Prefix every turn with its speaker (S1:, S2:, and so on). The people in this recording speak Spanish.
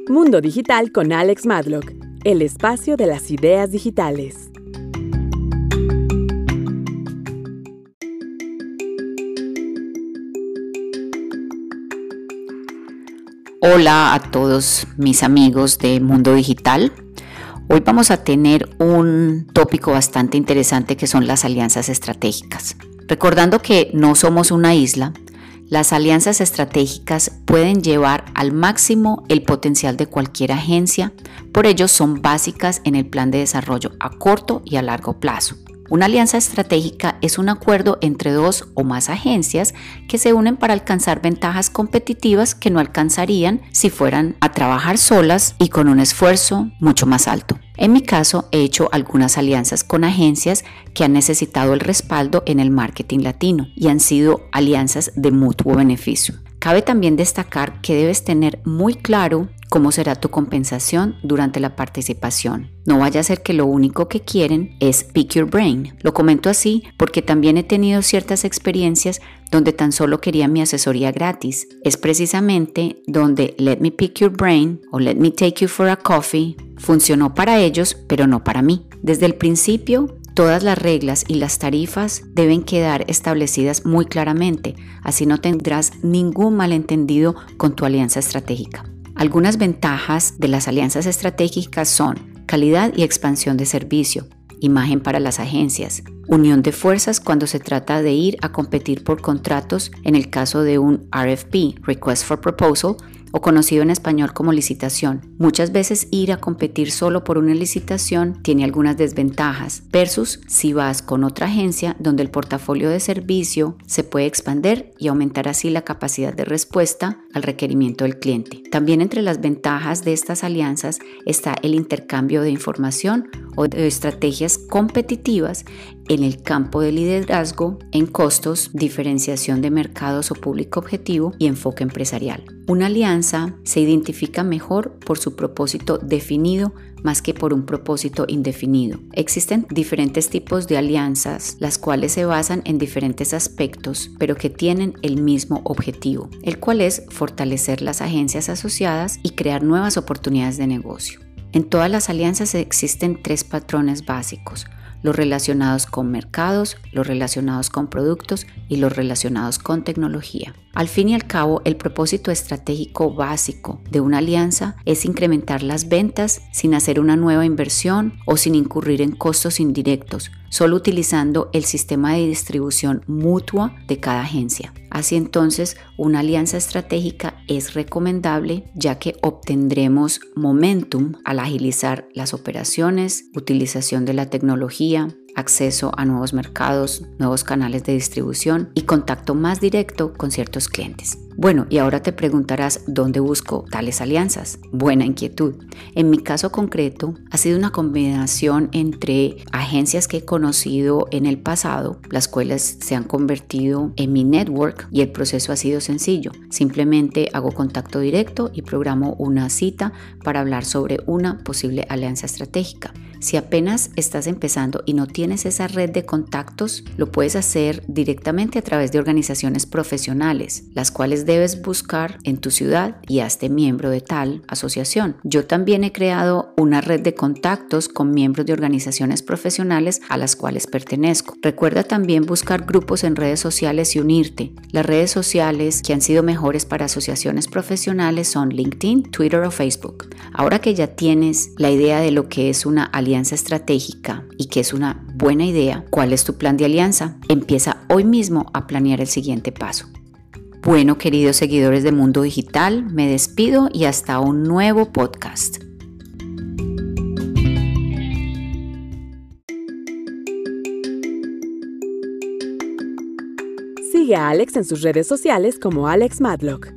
S1: Mundo Digital con Alex Madlock, el espacio de las ideas digitales.
S2: Hola a todos mis amigos de Mundo Digital. Hoy vamos a tener un tópico bastante interesante que son las alianzas estratégicas. Recordando que no somos una isla, las alianzas estratégicas pueden llevar al máximo el potencial de cualquier agencia, por ello son básicas en el plan de desarrollo a corto y a largo plazo. Una alianza estratégica es un acuerdo entre dos o más agencias que se unen para alcanzar ventajas competitivas que no alcanzarían si fueran a trabajar solas y con un esfuerzo mucho más alto. En mi caso, he hecho algunas alianzas con agencias que han necesitado el respaldo en el marketing latino y han sido alianzas de mutuo beneficio. Cabe también destacar que debes tener muy claro cómo será tu compensación durante la participación. No vaya a ser que lo único que quieren es pick your brain. Lo comento así porque también he tenido ciertas experiencias donde tan solo quería mi asesoría gratis. Es precisamente donde Let me pick your brain o Let me take you for a coffee funcionó para ellos, pero no para mí. Desde el principio, todas las reglas y las tarifas deben quedar establecidas muy claramente, así no tendrás ningún malentendido con tu alianza estratégica. Algunas ventajas de las alianzas estratégicas son calidad y expansión de servicio, imagen para las agencias, unión de fuerzas cuando se trata de ir a competir por contratos en el caso de un RFP, Request for Proposal, o conocido en español como licitación. Muchas veces ir a competir solo por una licitación tiene algunas desventajas versus si vas con otra agencia donde el portafolio de servicio se puede expandir y aumentar así la capacidad de respuesta al requerimiento del cliente. También entre las ventajas de estas alianzas está el intercambio de información o de estrategias competitivas en el campo de liderazgo, en costos, diferenciación de mercados o público objetivo y enfoque empresarial. Una alianza se identifica mejor por su propósito definido más que por un propósito indefinido. Existen diferentes tipos de alianzas, las cuales se basan en diferentes aspectos, pero que tienen el mismo objetivo, el cual es fortalecer las agencias asociadas y crear nuevas oportunidades de negocio. En todas las alianzas existen tres patrones básicos: los relacionados con mercados, los relacionados con productos y los relacionados con tecnología. Al fin y al cabo, el propósito estratégico básico de una alianza es incrementar las ventas sin hacer una nueva inversión o sin incurrir en costos indirectos, solo utilizando el sistema de distribución mutua de cada agencia. Así entonces, una alianza estratégica es recomendable ya que obtendremos momentum al agilizar las operaciones, utilización de la tecnología, acceso a nuevos mercados, nuevos canales de distribución y contacto más directo con ciertos clientes. Bueno, y ahora te preguntarás, ¿dónde busco tales alianzas? Buena inquietud. En mi caso concreto, ha sido una combinación entre agencias que he conocido en el pasado, las cuales se han convertido en mi network, y el proceso ha sido sencillo. Simplemente hago contacto directo y programo una cita para hablar sobre una posible alianza estratégica. Si apenas estás empezando y no tienes esa red de contactos, lo puedes hacer directamente a través de organizaciones profesionales, las cuales debes buscar en tu ciudad y hazte miembro de tal asociación. Yo también he creado una red de contactos con miembros de organizaciones profesionales a las cuales pertenezco. Recuerda también buscar grupos en redes sociales y unirte. Las redes sociales que han sido mejores para asociaciones profesionales son LinkedIn, Twitter o Facebook. Ahora que ya tienes la idea de lo que es una alianza estratégica y que es una buena idea, ¿cuál es tu plan de alianza? Empieza hoy mismo a planear el siguiente paso. Bueno, queridos seguidores de Mundo Digital, me despido y hasta un nuevo podcast.
S1: Sigue a Alex en sus redes sociales como Alex Madlock.